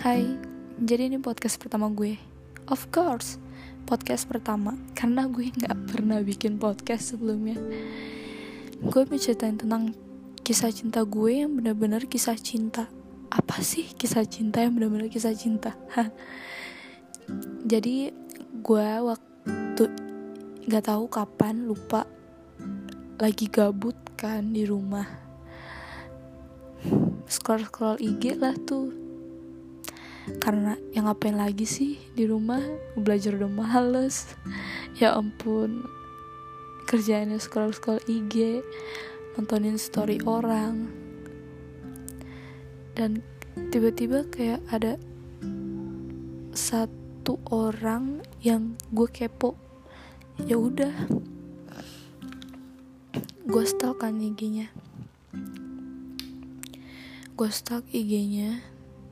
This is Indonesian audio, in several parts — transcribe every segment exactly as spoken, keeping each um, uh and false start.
Hai, jadi ini podcast pertama gue. Of course, podcast pertama, karena gue gak pernah bikin podcast sebelumnya. Gue mau ceritain tentang kisah cinta gue yang benar-benar kisah cinta. Apa sih kisah cinta yang benar-benar kisah cinta? Jadi gue waktu gak tahu kapan, lupa, lagi gabut kan di rumah, scroll-scroll I G lah tuh. Karena yang ngapain lagi sih di rumah, belajar udah males. Ya ampun, kerjaannya scroll-scroll I G, nontonin story orang. Dan tiba-tiba kayak ada satu orang yang gue kepo. Ya udah, gue stalk kan I G-nya. Gue stalk I G-nya.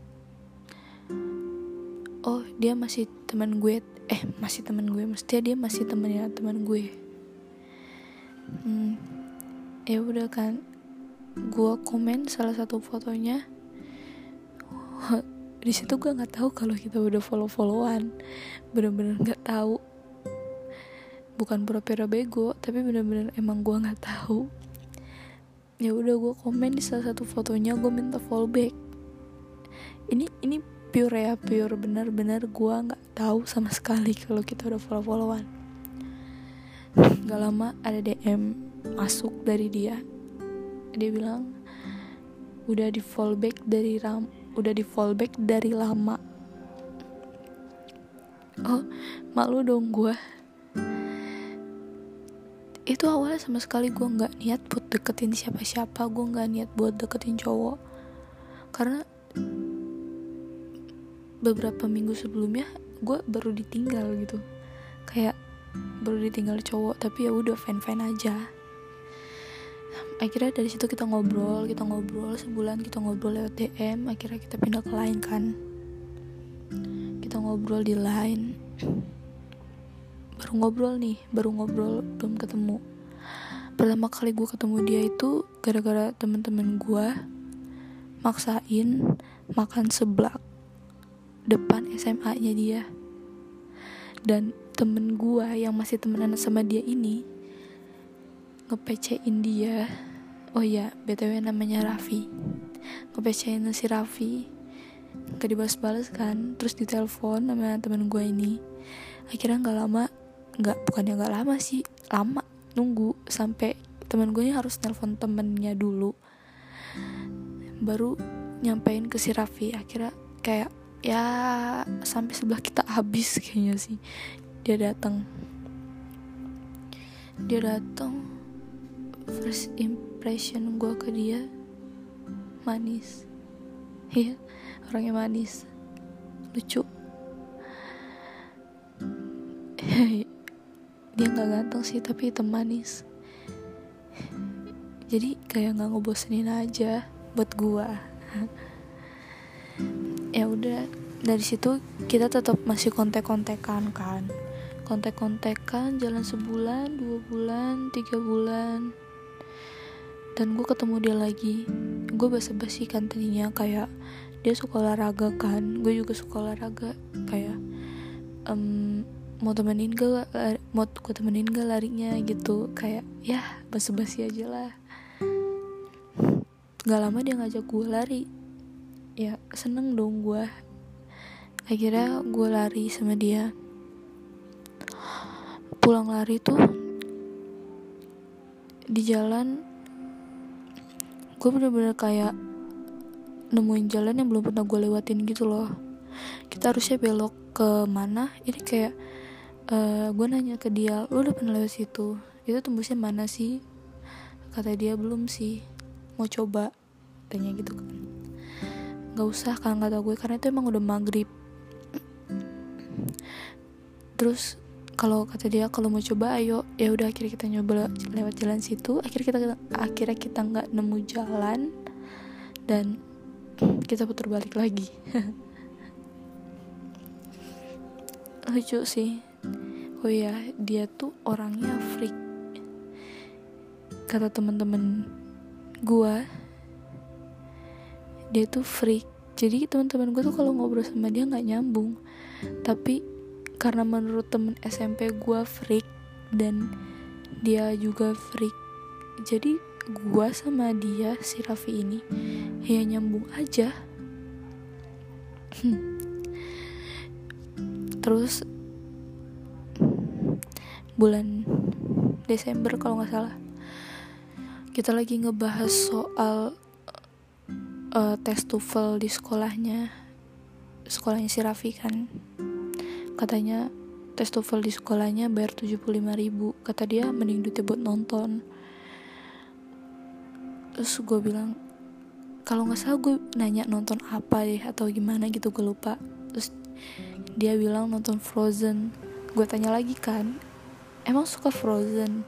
Oh, dia masih teman gue. Eh, masih teman gue. Mestinya dia masih temannya teman gue. Hmm, ya udah kan. Gue komen salah satu fotonya. Di situ gue nggak tahu kalau kita udah follow-followan. Bener-bener nggak tahu. Bukan pura-pura bego, tapi bener-bener emang gue nggak tahu. Ya udah, gue komen di salah satu fotonya, gue minta follow back. Ini ini pure ya, pure benar-benar gue nggak tahu sama sekali kalau kita udah follow-followan. Gak lama ada D M masuk dari dia. Dia bilang udah di follow back dari ram, udah di follow back dari lama. Oh, malu dong gue. Itu awalnya sama sekali gue nggak niat buat deketin siapa-siapa, gue nggak niat buat deketin cowok, karena beberapa minggu sebelumnya gue baru ditinggal gitu, kayak baru ditinggal cowok, tapi ya udah fine fine aja. Akhirnya dari situ kita ngobrol, kita ngobrol sebulan, kita ngobrol lewat D M. Akhirnya kita pindah ke Line kan, kita ngobrol di Line. Baru ngobrol nih, baru ngobrol, belum ketemu. Pertama kali gue ketemu dia itu gara-gara teman-teman gue maksain makan seblak depan S M A-nya dia. Dan temen gue yang masih temenan sama dia ini nge-P C-in dia. Oh iya, B T W namanya Raffi. Nge-P C-in si Raffi, gak dibalas-balas kan. Terus ditelepon sama temen gue ini. Akhirnya gak lama, gak, bukannya gak lama sih, lama nunggu sampai temen gue ini harus telepon temennya dulu baru nyampein ke si Raffi. Akhirnya kayak ya sampai sebelah kita habis kayaknya sih. Dia datang, dia datang. First impression gue ke dia manis. Iya, orangnya manis, lucu. Dia nggak ganteng sih, tapi hitam manis. Jadi kayak nggak ngebosenin aja buat gua. Ya udah, dari situ kita tetap masih kontek-kontekan kan, kontek-kontekan jalan sebulan, dua bulan, tiga bulan. Dan gue ketemu dia lagi. Gue basa-basi kan tadinya, kayak dia suka olahraga kan, gue juga suka olahraga. Kayak um, mau temenin gak, mau gue temenin gak larinya gitu. Kayak ya basa-basi aja lah. Gak lama dia ngajak gue lari. Ya seneng dong gue. Akhirnya gue lari sama dia. Pulang lari tuh di jalan gue bener-bener kayak nemuin jalan yang belum pernah gue lewatin gitu loh. Kita harusnya belok ke mana, ini kayak uh, gue nanya ke dia, lu udah pernah lewat situ, itu tembusnya mana sih? Kata dia belum sih, mau coba, tanya gitu kan. Gak usah kan kata gue, karena itu emang udah maghrib. Terus kalau kata dia kalau mau coba ayo. Ya udah, akhirnya kita nyoba lewat jalan situ. Akhirnya kita akhirnya kita nggak nemu jalan dan kita putar balik lagi. Lucu sih. Oh ya, dia tuh orangnya freak. Kata teman-teman gua, dia tuh freak Jadi teman-teman gue tuh kalau ngobrol sama dia nggak nyambung. Tapi karena menurut temen S M P gue freak dan dia juga freak, jadi gue sama dia si Raffi ini ya nyambung aja. Terus bulan Desember kalau nggak salah kita lagi ngebahas soal uh, tes TOEFL di sekolahnya sekolahnya si Raffi kan. Katanya tes TOEFL di sekolahnya bayar tujuh puluh lima ribu. Kata dia mending duitnya buat nonton. Terus gue bilang, kalau gak salah gue nanya nonton apa deh atau gimana gitu, gue lupa. Terus dia bilang nonton Frozen. Gue tanya lagi kan, emang suka Frozen?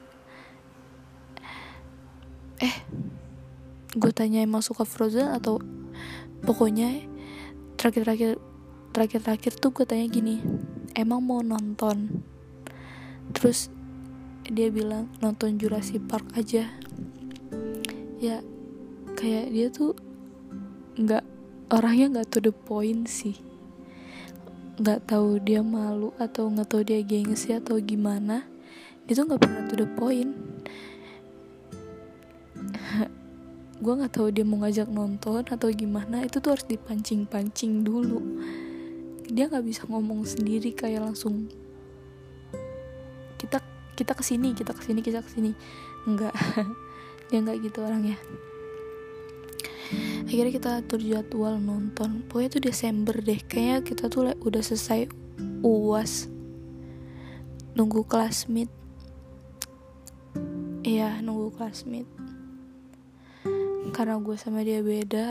Eh gue tanya emang suka Frozen atau pokoknya terakhir-terakhir terakhir-terakhir tuh gue tanya gini, emang mau nonton? Terus dia bilang nonton Jurassic Park aja. Ya kayak dia tuh nggak, orangnya nggak to the point sih. Nggak tahu dia malu atau nggak tahu dia gengsi atau gimana. Dia tuh nggak pernah to the point. Gue nggak tahu dia mau ngajak nonton atau gimana. Itu tuh harus dipancing-pancing dulu. Dia nggak bisa ngomong sendiri kayak langsung kita kita kesini kita kesini kita kesini nggak. Dia nggak gitu orangnya. Akhirnya kita atur jadwal nonton. Pokoknya tuh Desember deh. Kayaknya kita tuh udah selesai U A S, nunggu kelas meet. Iya, nunggu kelas meet. Karena gue sama dia beda,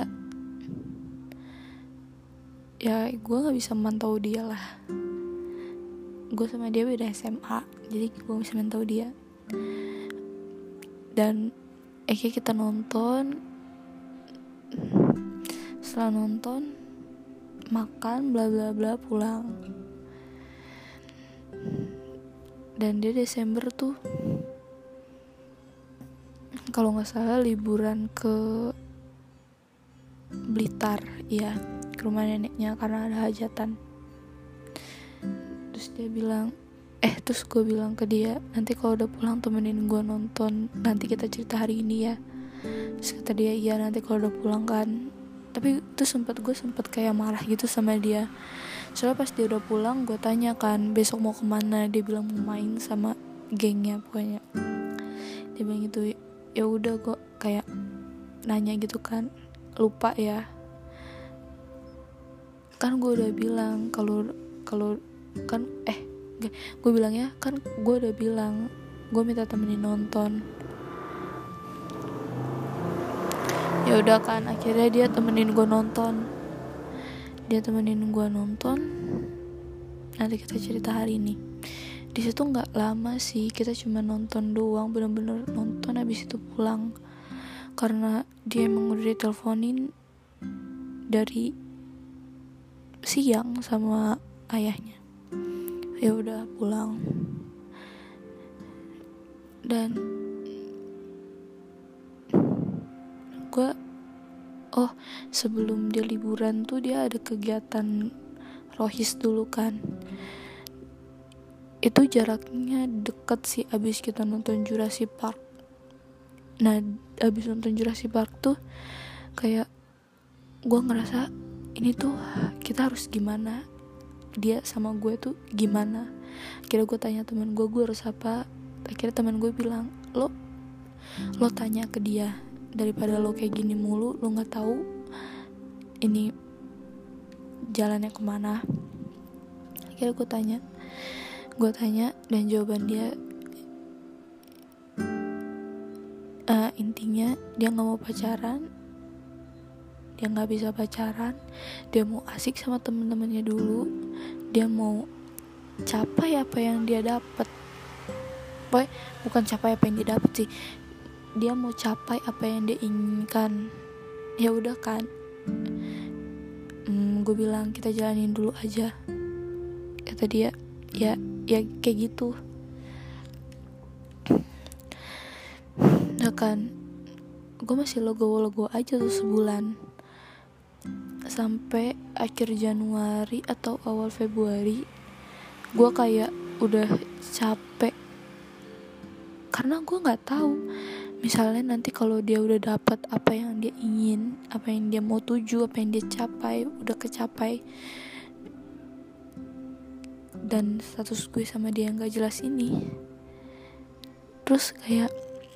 ya gue nggak bisa mantau dia lah. Gue sama dia beda S M A, jadi gue bisa mantau dia. Dan akhirnya kita nonton. Setelah nonton, makan bla bla bla, pulang. Dan dia Desember tuh kalau nggak salah liburan ke Blitar, ya, ke rumah neneknya karena ada hajatan. Terus dia bilang, eh terus gue bilang ke dia, nanti kalau udah pulang temenin gue nonton, nanti kita cerita hari ini ya. Terus kata dia, iya nanti kalau udah pulang kan. Tapi itu sempat gue sempat kayak marah gitu sama dia. Soalnya pas dia udah pulang, gue tanya kan besok mau kemana. Dia bilang mau main sama gengnya pokoknya. Dia bilang gitu. Ya udah, gue kayak nanya gitu kan, lupa ya. Kan gue udah bilang kalau kalau kan eh gue bilang ya kan gue udah bilang gue minta temenin nonton. Ya udah kan, akhirnya dia temenin gue nonton. Dia temenin gue nonton. Nanti kita cerita hari ini. Di situ nggak lama sih, kita cuma nonton doang, bener-bener nonton habis itu pulang. Karena dia emang udah diteleponin dari siang sama ayahnya. Ya udah pulang. Dan gue oh sebelum dia liburan tuh dia ada kegiatan rohis dulu kan. Itu jaraknya deket sih abis kita nonton Jurassic Park. Nah abis nonton Jurassic Park tuh kayak gue ngerasa ini tuh kita harus gimana, dia sama gue tuh gimana. Akhirnya gue tanya teman gue, gue harus apa. Akhirnya teman gue bilang, lo lo tanya ke dia, daripada lo kayak gini mulu, lo nggak tahu ini jalannya kemana. Akhirnya gue tanya gue tanya dan jawaban dia uh, intinya dia nggak mau pacaran, dia nggak bisa pacaran, dia mau asik sama temen-temennya dulu, dia mau capai apa yang dia dapat. Boy, bukan capai apa yang dia dapat sih, dia mau capai apa yang dia inginkan. Ya udah kan, hmm, gue bilang kita jalanin dulu aja. Kata dia, ya ya kayak gitu. Nah kan, gue masih logo-logo aja tuh sebulan sampai akhir Januari atau awal Februari gue kayak udah capek, karena gue nggak tahu misalnya nanti kalau dia udah dapat apa yang dia ingin, apa yang dia mau tuju, apa yang dia capai udah kecapai, dan status gue sama dia nggak jelas ini, terus kayak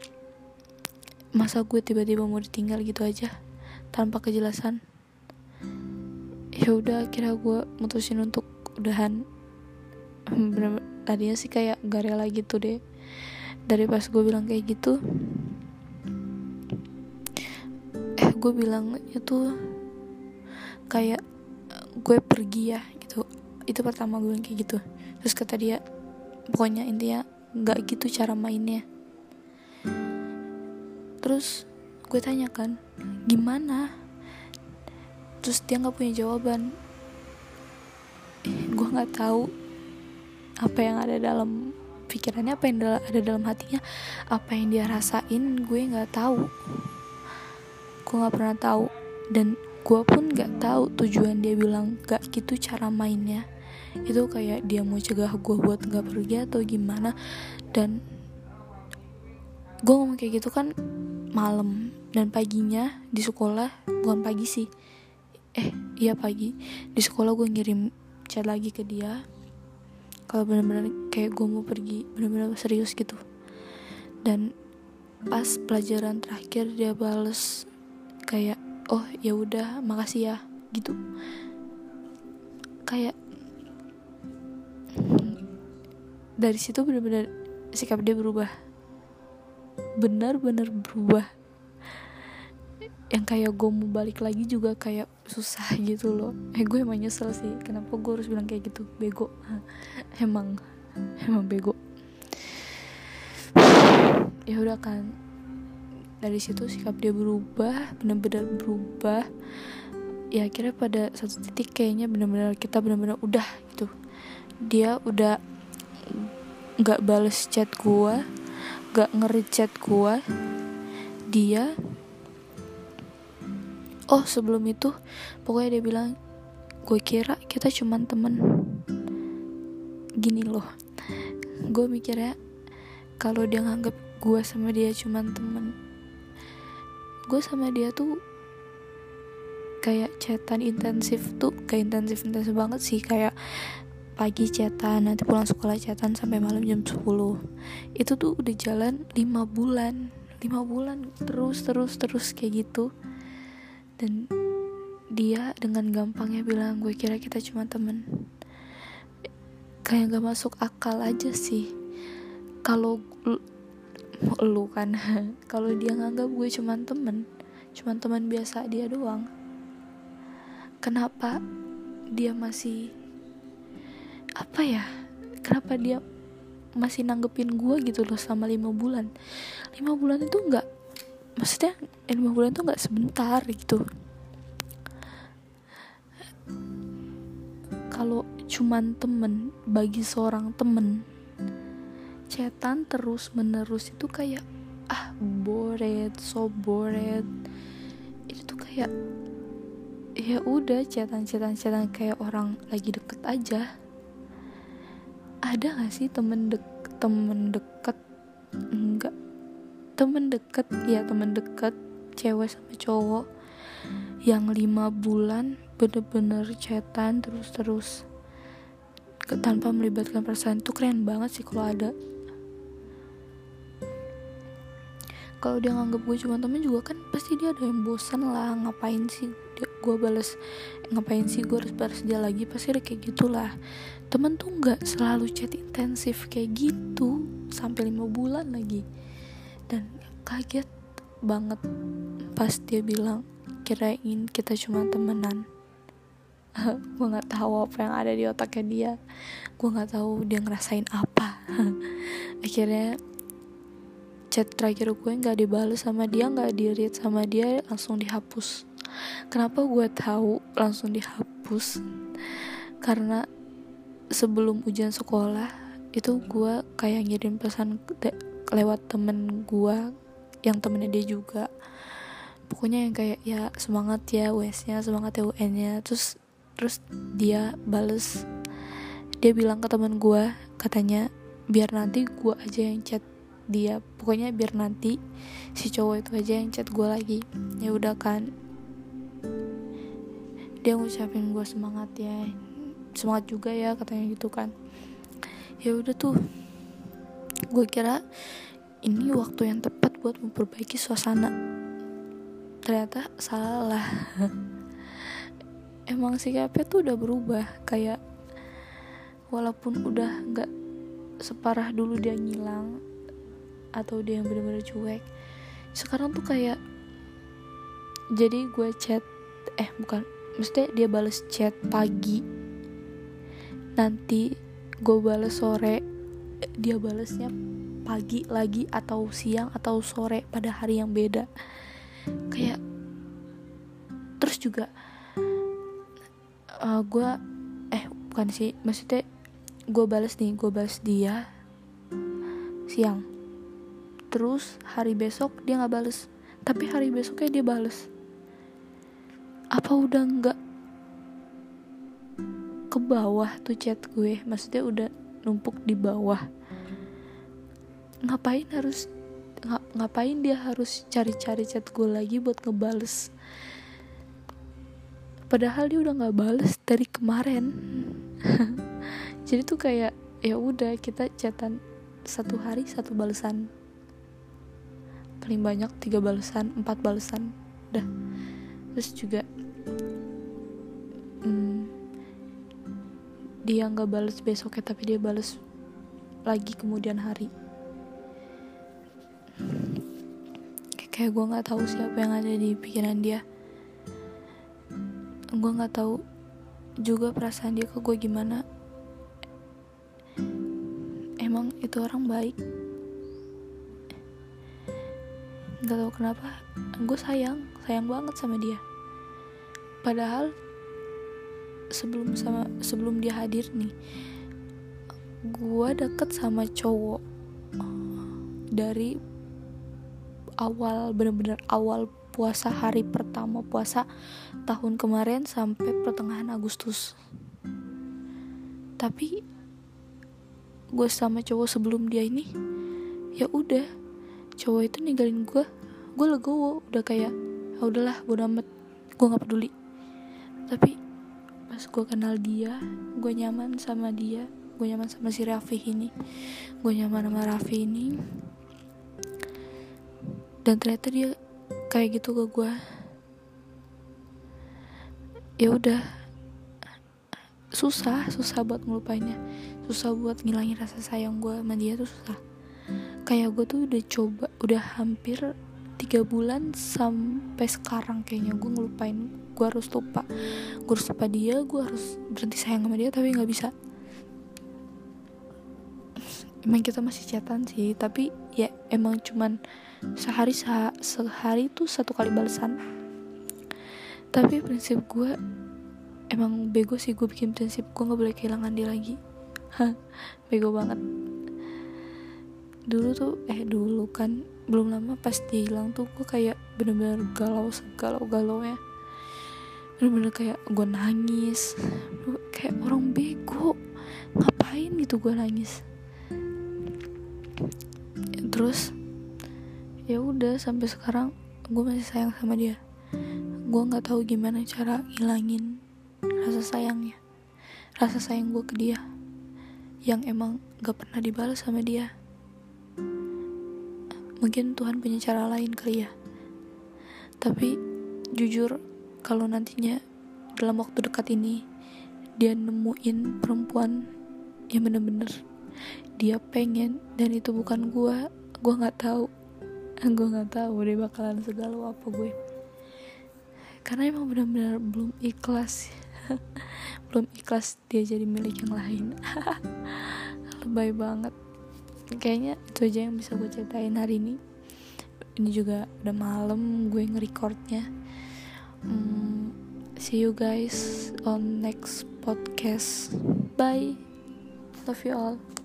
masa gue tiba-tiba mau ditinggal gitu aja tanpa kejelasan. Ya udah akhirnya gue mutusin untuk udahan. Bener-bener tadinya sih kayak gak rela gitu deh. Dari pas gue bilang kayak gitu, eh gue bilangnya tuh kayak gue pergi ya gitu. Itu pertama gue bilang kayak gitu. Terus kata dia, pokoknya intinya gak gitu cara mainnya. Terus gue tanya kan, gimana? Terus dia gak punya jawaban. eh, Gue gak tahu apa yang ada dalam pikirannya, apa yang ada dalam hatinya, apa yang dia rasain, gue nggak tahu. Gue nggak pernah tahu, dan gue pun nggak tahu tujuan dia bilang gak gitu cara mainnya itu kayak dia mau cegah gue buat nggak pergi atau gimana. Dan gue ngomong kayak gitu kan malam, dan paginya di sekolah, bukan pagi sih, eh iya pagi di sekolah gue ngirim chat lagi ke dia kalau benar-benar kayak gue mau pergi, benar-benar serius gitu. Dan pas pelajaran terakhir dia bales kayak, oh ya udah makasih ya gitu. Kayak dari situ benar-benar sikap dia berubah, benar-benar berubah. Yang kayak gue mau balik lagi juga kayak susah gitu loh. Eh gue emang nyesel sih, kenapa gue harus bilang kayak gitu, bego. emang emang bego. Ya udah kan, dari situ sikap dia berubah, benar-benar berubah. Ya akhirnya pada satu titik kayaknya benar-benar kita benar-benar udah gitu. Dia udah nggak bales chat gue, nggak nge-chat gue. Dia oh sebelum itu pokoknya dia bilang, gue kira kita cuman temen. Gini loh, gue mikirnya kalau dia nganggap gue sama dia cuman temen, gue sama dia tuh kayak chatan intensif tuh, kayak intensif intensif banget sih. Kayak pagi chatan, nanti pulang sekolah chatan sampai malam jam sepuluh. Itu tuh udah jalan lima bulan lima bulan terus terus terus kayak gitu. Dan dia dengan gampangnya bilang gue kira kita cuma temen. Kayak gak masuk akal aja sih. Kalau lu, lu kan kalau dia nganggap gue cuma temen, cuma teman biasa dia doang, kenapa dia masih apa ya, kenapa dia masih nanggepin gue gitu loh sama lima bulan. Lima bulan itu gak, maksudnya lima bulan itu gak sebentar gitu. Kalau cuman temen, bagi seorang temen, chatan terus menerus itu kayak ah bored, so bored. Itu tuh kayak ya udah chatan chatan chatan kayak orang lagi deket aja. Ada gak sih temen dek temen deket enggak temen deket ya temen deket cewek sama cowok yang lima bulan bener-bener chatan terus-terus tanpa melibatkan perasaan. Itu keren banget sih kalau ada. Kalau dia nganggap gue cuma temen juga kan pasti dia ada yang bosan lah, ngapain sih gue balas, ngapain sih gue harus balas dia lagi, pasti ada kayak gitulah. Temen tuh nggak selalu chat intensif kayak gitu sampai lima bulan lagi. Dan kaget banget pas dia bilang kirain kita cuma temenan. Gue nggak tahu apa yang ada di otaknya dia, gue nggak tahu dia ngerasain apa. Akhirnya chat terakhir gue nggak dibales sama dia, nggak di-read sama dia, langsung dihapus. Kenapa gue tahu langsung dihapus? Karena sebelum ujian sekolah itu gue kayak ngirim pesan de- lewat temen gue yang temennya dia juga. pokoknya yang kayak ya semangat ya U S-nya, semangat ya U N-nya. Terus terus dia bales, dia bilang ke teman gue, katanya biar nanti gue aja yang chat dia, pokoknya biar nanti si cowok itu aja yang chat gue lagi. Ya udah kan, dia ngucapin gue semangat ya, semangat juga ya katanya gitu kan. Ya udah tuh, gue kira ini waktu yang tepat buat memperbaiki suasana. Ternyata salah. Emang sikapnya tuh udah berubah, kayak walaupun udah gak separah dulu dia ngilang atau dia yang bener-bener cuek, sekarang tuh kayak, jadi gue chat eh bukan maksudnya dia bales chat pagi, nanti gue bales sore, dia balesnya pagi lagi atau siang atau sore pada hari yang beda. Kayak terus juga uh, gue eh bukan sih maksudnya gue balas nih gue balas dia siang, terus hari besok dia nggak balas, tapi hari besoknya dia balas. Apa udah nggak ke bawah tuh chat gue, maksudnya udah numpuk di bawah. Ngapain harus ng- ngapain dia harus cari-cari chat gue lagi buat ngebales, padahal dia udah nggak bales dari kemarin. Jadi tuh kayak ya udah, kita chatan satu hari satu balesan, paling banyak tiga balesan, empat balesan dah. Terus juga hmm, dia nggak bales besoknya tapi dia bales lagi kemudian hari. Kayak gue nggak tahu siapa yang ada di pikiran dia. Gue nggak tahu juga perasaan dia ke gue gimana. Emang itu orang baik? Nggak tahu kenapa gue sayang sayang banget sama dia. Padahal sebelum sama sebelum dia hadir nih, gue deket sama cowok dari awal, bener-bener awal puasa, hari pertama puasa tahun kemarin sampai pertengahan Agustus. Tapi gue sama cowok sebelum dia ini, ya udah, cowok itu ninggalin gue, gue legowo, udah kayak, ya udahlah, bodo amat, gue nggak peduli. Tapi pas gue kenal dia, gue nyaman sama dia, gue nyaman sama si Raffi ini, gue nyaman sama Raffi ini, dan ternyata dia kayak gitu ke gue. Ya udah, susah susah buat ngelupainnya, susah buat ngilangin rasa sayang gue sama dia tuh susah. Kayak gue tuh udah coba, udah hampir tiga bulan sampai sekarang kayaknya gue ngelupain, gue harus lupa, gue harus lupa dia, gue harus berhenti sayang sama dia, tapi nggak bisa. Emang kita masih chatan sih, tapi ya emang cuman sehari seh- sehari tuh satu kali balasan. Tapi prinsip gue emang bego sih, gue bikin prinsip gue nggak boleh kehilangan dia lagi. Hah, bego banget. Dulu tuh eh dulu kan belum lama pas dia hilang tuh gue kayak bener-bener galau segalau-galau ya, bener-bener kayak gue nangis kayak orang bego, ngapain gitu gue nangis. Terus ya udah, sampai sekarang gue masih sayang sama dia. Gue nggak tahu gimana cara ngilangin rasa sayangnya, rasa sayang gue ke dia yang emang nggak pernah dibalas sama dia. Mungkin Tuhan punya cara lain kali ya. Tapi jujur, kalau nantinya dalam waktu dekat ini dia nemuin perempuan yang bener-bener dia pengen dan itu bukan gue, gue nggak tahu, gue nggak tahu dia bakalan segalau apa gue. Karena emang benar-benar belum ikhlas, belum ikhlas dia jadi milik yang lain. Lebay banget. Kayaknya itu aja yang bisa gue ceritain hari ini. Ini juga udah malam gue nge-recordnya. hmm, See you guys on next podcast. Bye, love you all.